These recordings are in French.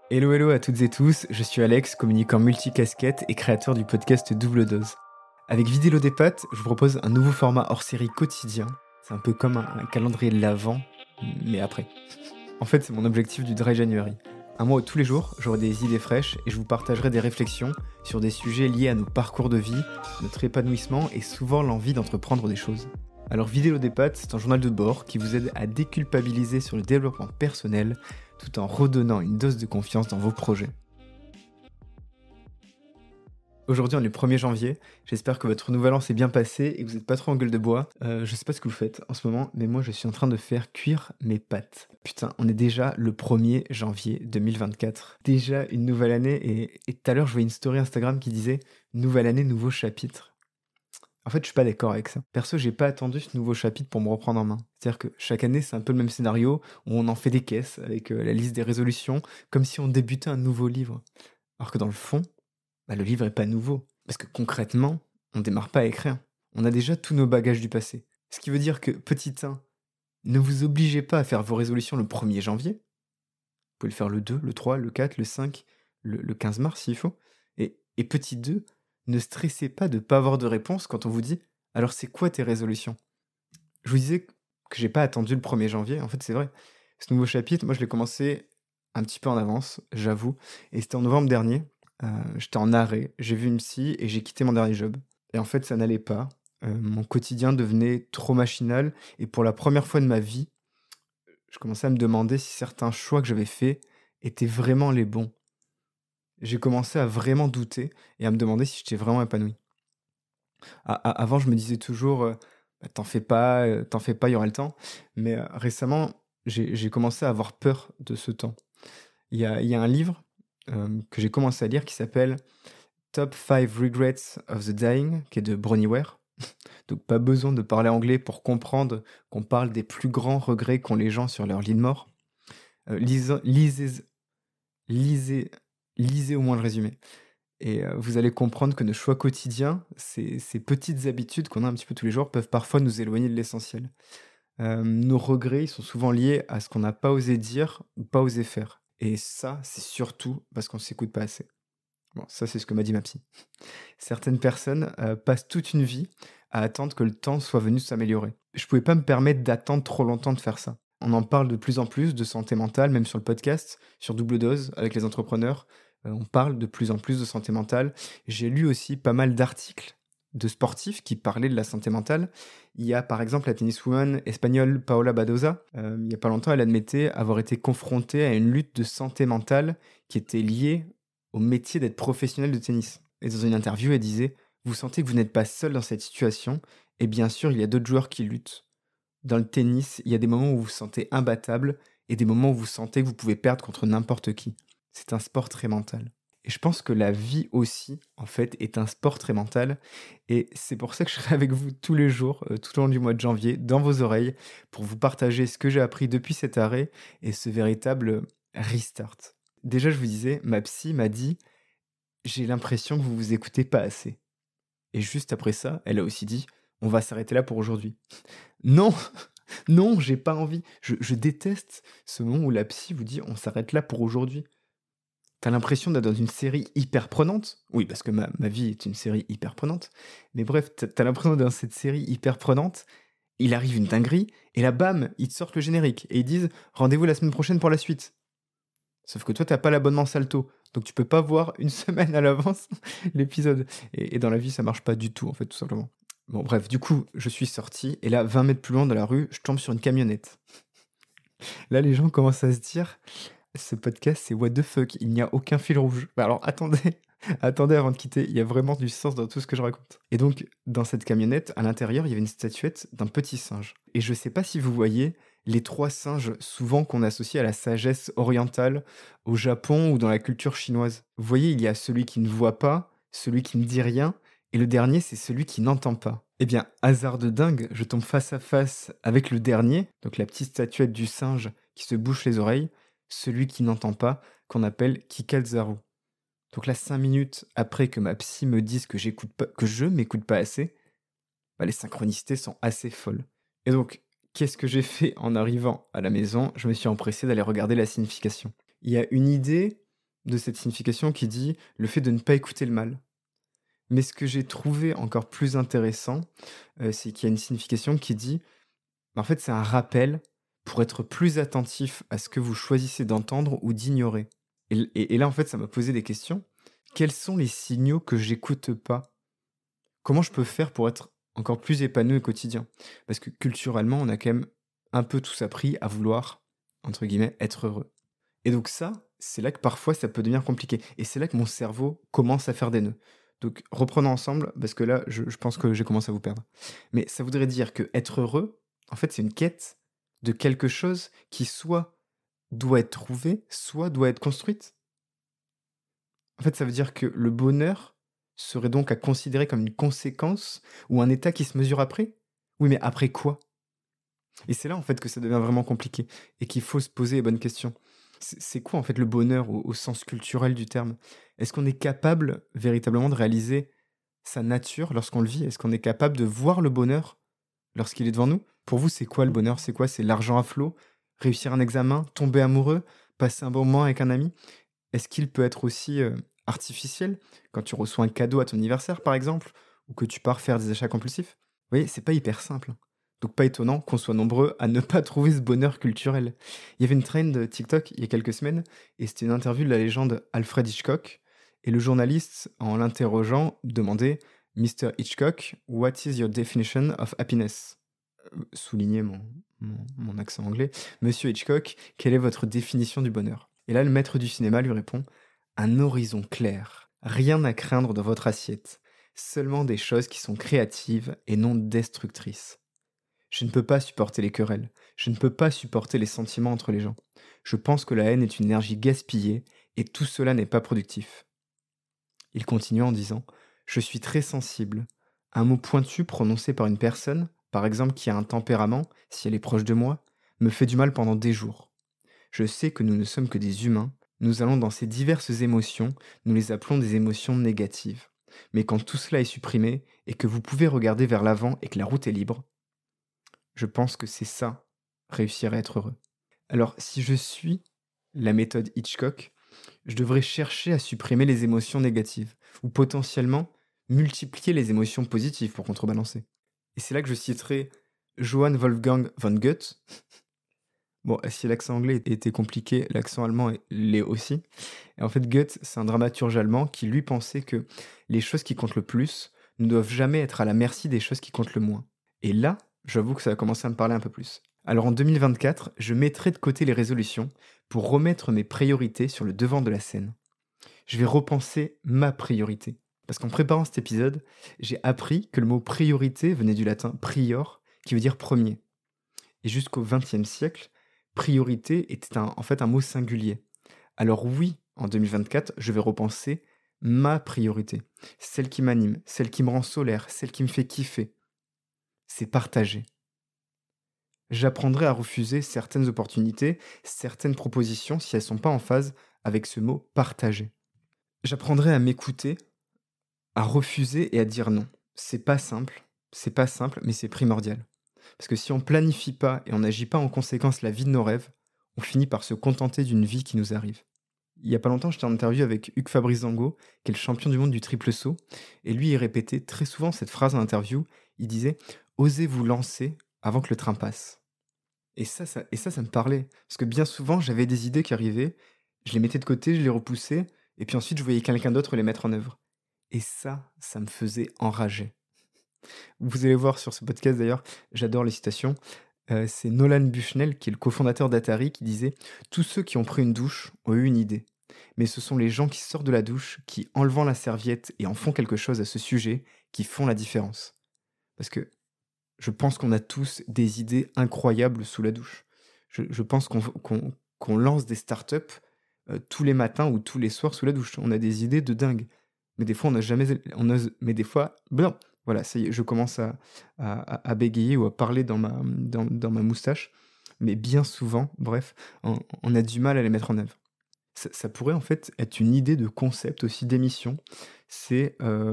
Hello hello à toutes et tous, je suis Alex, communicant multicasquette et créateur du podcast Double Dose. Avec Vidélo des Pâtes, je vous propose un nouveau format hors série quotidien. C'est un peu comme un calendrier de l'Avent, mais après. En fait, c'est mon objectif du Dry January. Un mois où tous les jours, j'aurai des idées fraîches et je vous partagerai des réflexions sur des sujets liés à nos parcours de vie, notre épanouissement et souvent l'envie d'entreprendre des choses. Alors Vidélo des Pâtes, c'est un journal de bord qui vous aide à déculpabiliser sur le développement personnel tout en redonnant une dose de confiance dans vos projets. Aujourd'hui, on est le 1er janvier, j'espère que votre nouvel an s'est bien passé et que vous n'êtes pas trop en gueule de bois. Je sais pas ce que vous faites en ce moment, mais moi je suis en train de faire cuire mes pâtes. Putain, on est déjà le 1er janvier 2024. Déjà une nouvelle année et tout à l'heure je voyais une story Instagram qui disait « Nouvelle année, nouveau chapitre ». En fait, je suis pas d'accord avec ça. Perso, j'ai pas attendu ce nouveau chapitre pour me reprendre en main. C'est-à-dire que chaque année, c'est un peu le même scénario où on en fait des caisses avec la liste des résolutions, comme si on débutait un nouveau livre. Alors que dans le fond, le livre est pas nouveau. Parce que concrètement, on démarre pas avec rien. On a déjà tous nos bagages du passé. Ce qui veut dire que, petit 1, ne vous obligez pas à faire vos résolutions le 1er janvier. Vous pouvez le faire le 2, le 3, le 4, le 5, le 15 mars s'il faut. Et petit 2, ne stressez pas de ne pas avoir de réponse quand on vous dit « Alors c'est quoi tes résolutions ?» Je vous disais que j'ai pas attendu le 1er janvier, en fait c'est vrai. Ce nouveau chapitre, moi je l'ai commencé un petit peu en avance, j'avoue. Et c'était en novembre dernier, j'étais en arrêt, j'ai vu une psy et j'ai quitté mon dernier job. Et en fait ça n'allait pas, mon quotidien devenait trop machinal. Et pour la première fois de ma vie, je commençais à me demander si certains choix que j'avais faits étaient vraiment les bons. J'ai commencé à vraiment douter et à me demander si j'étais vraiment épanoui. Avant, je me disais toujours t'en fais pas, il y aura le temps. Mais récemment, j'ai commencé à avoir peur de ce temps. Il y a un livre que j'ai commencé à lire qui s'appelle Top 5 Regrets of the Dying, qui est de Bronnie Ware. Donc, pas besoin de parler anglais pour comprendre qu'on parle des plus grands regrets qu'ont les gens sur leur lit de mort. Lisez au moins le résumé. Et vous allez comprendre que nos choix quotidiens, ces petites habitudes qu'on a un petit peu tous les jours, peuvent parfois nous éloigner de l'essentiel. Nos regrets, ils sont souvent liés à ce qu'on n'a pas osé dire ou pas osé faire. Et ça, c'est surtout parce qu'on ne s'écoute pas assez. Bon, ça, c'est ce que m'a dit ma psy. Certaines personnes passent toute une vie à attendre que le temps soit venu s'améliorer. Je pouvais pas me permettre d'attendre trop longtemps de faire ça. On en parle de plus en plus de santé mentale, même sur le podcast, sur Double Dose, avec les entrepreneurs. On parle de plus en plus de santé mentale. J'ai lu aussi pas mal d'articles de sportifs qui parlaient de la santé mentale. Il y a par exemple la tenniswoman espagnole Paola Badoza. Il n'y a pas longtemps, elle admettait avoir été confrontée à une lutte de santé mentale qui était liée au métier d'être professionnel de tennis. Et dans une interview, elle disait « Vous sentez que vous n'êtes pas seul dans cette situation, et bien sûr, il y a d'autres joueurs qui luttent. Dans le tennis, il y a des moments où vous vous sentez imbattable, et des moments où vous sentez que vous pouvez perdre contre n'importe qui. C'est un sport très mental. » Et je pense que la vie aussi, en fait, est un sport très mental. Et c'est pour ça que je serai avec vous tous les jours, tout au long du mois de janvier, dans vos oreilles, pour vous partager ce que j'ai appris depuis cet arrêt et ce véritable restart. Déjà, je vous disais, ma psy m'a dit « J'ai l'impression que vous vous écoutez pas assez ». Et juste après ça, elle a aussi dit « On va s'arrêter là pour aujourd'hui ». Non, non, j'ai pas envie. Je déteste ce moment où la psy vous dit « On s'arrête là pour aujourd'hui ». T'as l'impression d'être dans une série hyper prenante. Oui, parce que ma vie est une série hyper prenante. Mais bref, t'as l'impression d'être dans cette série hyper prenante. Il arrive une dinguerie, et là, bam, ils te sortent le générique. Et ils disent « Rendez-vous la semaine prochaine pour la suite ». Sauf que toi, t'as pas l'abonnement Salto. Donc tu peux pas voir une semaine à l'avance l'épisode. Et dans la vie, ça marche pas du tout, en fait, tout simplement. Bon, bref, du coup, je suis sorti. Et là, 20 mètres plus loin dans la rue, je tombe sur une camionnette. Là, les gens commencent à se dire... Ce podcast, c'est what the fuck, il n'y a aucun fil rouge. Alors attendez, attendez avant de quitter, il y a vraiment du sens dans tout ce que je raconte. Et donc, dans cette camionnette, à l'intérieur, il y avait une statuette d'un petit singe. Et je sais pas si vous voyez les 3 singes souvent qu'on associe à la sagesse orientale, au Japon ou dans la culture chinoise. Vous voyez, il y a celui qui ne voit pas, celui qui ne dit rien, et le dernier, c'est celui qui n'entend pas. Eh bien, hasard de dingue, je tombe face à face avec le dernier, donc la petite statuette du singe qui se bouche les oreilles, celui qui n'entend pas, qu'on appelle Kikalzaru. Donc là, 5 minutes après que ma psy me dise que je m'écoute pas assez, les synchronicités sont assez folles. Et donc, qu'est-ce que j'ai fait en arrivant à la maison ? Je me suis empressé d'aller regarder la signification. Il y a une idée de cette signification qui dit le fait de ne pas écouter le mal. Mais ce que j'ai trouvé encore plus intéressant, c'est qu'il y a une signification qui dit, en fait, c'est un rappel pour être plus attentif à ce que vous choisissez d'entendre ou d'ignorer. Et là, en fait, ça m'a posé des questions. Quels sont les signaux que j'écoute pas? Comment je peux faire pour être encore plus épanoui au quotidien? Parce que culturellement, on a quand même un peu tous appris à vouloir, entre guillemets, être heureux. Et donc ça, c'est là que parfois ça peut devenir compliqué. Et c'est là que mon cerveau commence à faire des nœuds. Donc reprenons ensemble, parce que là, je pense que j'ai commencé à vous perdre. Mais ça voudrait dire que être heureux, en fait, c'est une quête de quelque chose qui soit doit être trouvé, soit doit être construite. En fait, ça veut dire que le bonheur serait donc à considérer comme une conséquence ou un état qui se mesure après? Oui, mais après quoi? Et c'est là, en fait, que ça devient vraiment compliqué et qu'il faut se poser les bonnes questions. C'est quoi, en fait, le bonheur au sens culturel du terme? Est-ce qu'on est capable véritablement de réaliser sa nature lorsqu'on le vit? Est-ce qu'on est capable de voir le bonheur lorsqu'il est devant nous? Pour vous, c'est quoi le bonheur? C'est quoi? C'est l'argent à flot? Réussir un examen? Tomber amoureux? Passer un bon moment avec un ami? Est-ce qu'il peut être aussi artificiel quand tu reçois un cadeau à ton anniversaire, par exemple, ou que tu pars faire des achats compulsifs? Vous voyez, c'est pas hyper simple. Donc pas étonnant qu'on soit nombreux à ne pas trouver ce bonheur culturel. Il y avait une trend TikTok il y a quelques semaines, et c'était une interview de la légende Alfred Hitchcock, et le journaliste, en l'interrogeant, demandait Mr. Hitchcock, what is your definition of happiness? Soulignez mon accent anglais. Monsieur Hitchcock, quelle est votre définition du bonheur? Et là, le maître du cinéma lui répond, un horizon clair, rien à craindre dans votre assiette, seulement des choses qui sont créatives et non destructrices. Je ne peux pas supporter les querelles, je ne peux pas supporter les sentiments entre les gens. Je pense que la haine est une énergie gaspillée et tout cela n'est pas productif. Il continue en disant, je suis très sensible. Un mot pointu prononcé par une personne, par exemple qui a un tempérament, si elle est proche de moi, me fait du mal pendant des jours. Je sais que nous ne sommes que des humains, nous allons dans ces diverses émotions, nous les appelons des émotions négatives. Mais quand tout cela est supprimé et que vous pouvez regarder vers l'avant et que la route est libre, je pense que c'est ça, réussir à être heureux. Alors, si je suis la méthode Hitchcock, je devrais chercher à supprimer les émotions négatives, ou potentiellement multiplier les émotions positives pour contrebalancer. Et c'est là que je citerai Johann Wolfgang von Goethe. Bon, si l'accent anglais était compliqué, l'accent allemand l'est aussi. Et en fait, Goethe, c'est un dramaturge allemand qui, lui, pensait que les choses qui comptent le plus ne doivent jamais être à la merci des choses qui comptent le moins. Et là, j'avoue que ça a commencé à me parler un peu plus. Alors en 2024, je mettrai de côté les résolutions pour remettre mes priorités sur le devant de la scène. Je vais repenser ma priorité. Parce qu'en préparant cet épisode, j'ai appris que le mot priorité venait du latin prior, qui veut dire premier. Et jusqu'au XXe siècle, priorité était en fait un mot singulier. Alors oui, en 2024, je vais repenser ma priorité. Celle qui m'anime, celle qui me rend solaire, celle qui me fait kiffer. C'est partager. J'apprendrai à refuser certaines opportunités, certaines propositions si elles ne sont pas en phase avec ce mot partager. J'apprendrai à m'écouter, à refuser et à dire non. C'est pas simple, mais c'est primordial. Parce que si on planifie pas et on n'agit pas en conséquence la vie de nos rêves, on finit par se contenter d'une vie qui nous arrive. Il y a pas longtemps, j'étais en interview avec Hugues Fabrice Zango, qui est le champion du monde du triple saut, et lui, il répétait très souvent cette phrase en interview, il disait « Osez vous lancer avant que le train passe ». Et ça me parlait. Parce que bien souvent, j'avais des idées qui arrivaient, je les mettais de côté, je les repoussais, et puis ensuite, je voyais quelqu'un d'autre les mettre en œuvre. Et ça me faisait enrager. Vous allez voir sur ce podcast d'ailleurs, j'adore les citations. C'est Nolan Bushnell, qui est le cofondateur d'Atari, qui disait « Tous ceux qui ont pris une douche ont eu une idée. Mais ce sont les gens qui sortent de la douche, qui, enlevant la serviette et en font quelque chose à ce sujet, qui font la différence. » Parce que je pense qu'on a tous des idées incroyables sous la douche. Je pense qu'on lance des startups tous les matins ou tous les soirs sous la douche. On a des idées de dingue. Mais des fois, on ose, mais des fois, blanc. Voilà, ça y est, je commence à bégayer ou à parler dans ma moustache. Mais bien souvent, bref, on a du mal à les mettre en œuvre. Ça pourrait en fait être une idée de concept aussi d'émission. C'est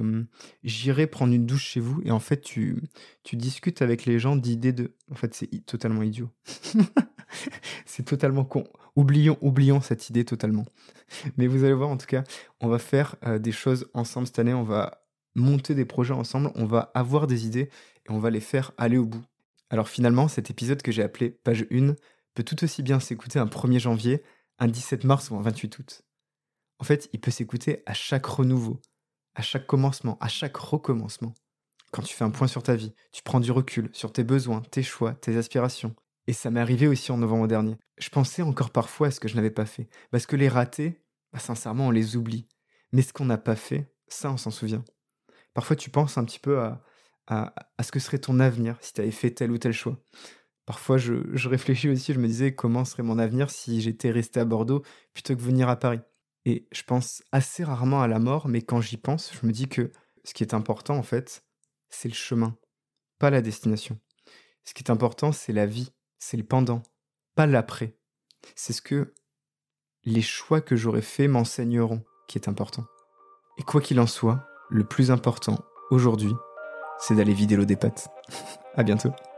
j'irai prendre une douche chez vous et en fait tu discutes avec les gens d'idées de. En fait c'est totalement idiot. C'est totalement con. Oublions cette idée totalement. Mais vous allez voir, en tout cas, on va faire des choses ensemble cette année. On va monter des projets ensemble. On va avoir des idées et on va les faire aller au bout. Alors finalement, cet épisode que j'ai appelé Page 1 peut tout aussi bien s'écouter un 1er janvier, un 17 mars ou un 28 août. En fait, il peut s'écouter à chaque renouveau, à chaque commencement, à chaque recommencement. Quand tu fais un point sur ta vie, tu prends du recul sur tes besoins, tes choix, tes aspirations. Et ça m'est arrivé aussi en novembre dernier. Je pensais encore parfois à ce que je n'avais pas fait. Parce que les ratés, sincèrement, on les oublie. Mais ce qu'on n'a pas fait, ça, on s'en souvient. Parfois, tu penses un petit peu à ce que serait ton avenir si tu avais fait tel ou tel choix. Parfois, je réfléchis aussi, je me disais comment serait mon avenir si j'étais resté à Bordeaux plutôt que venir à Paris. Et je pense assez rarement à la mort, mais quand j'y pense, je me dis que ce qui est important, en fait, c'est le chemin, pas la destination. Ce qui est important, c'est la vie, c'est le pendant, pas l'après. C'est ce que les choix que j'aurais faits m'enseigneront qui est important. Et quoi qu'il en soit, le plus important aujourd'hui, c'est d'aller vider l'eau des pattes. À bientôt.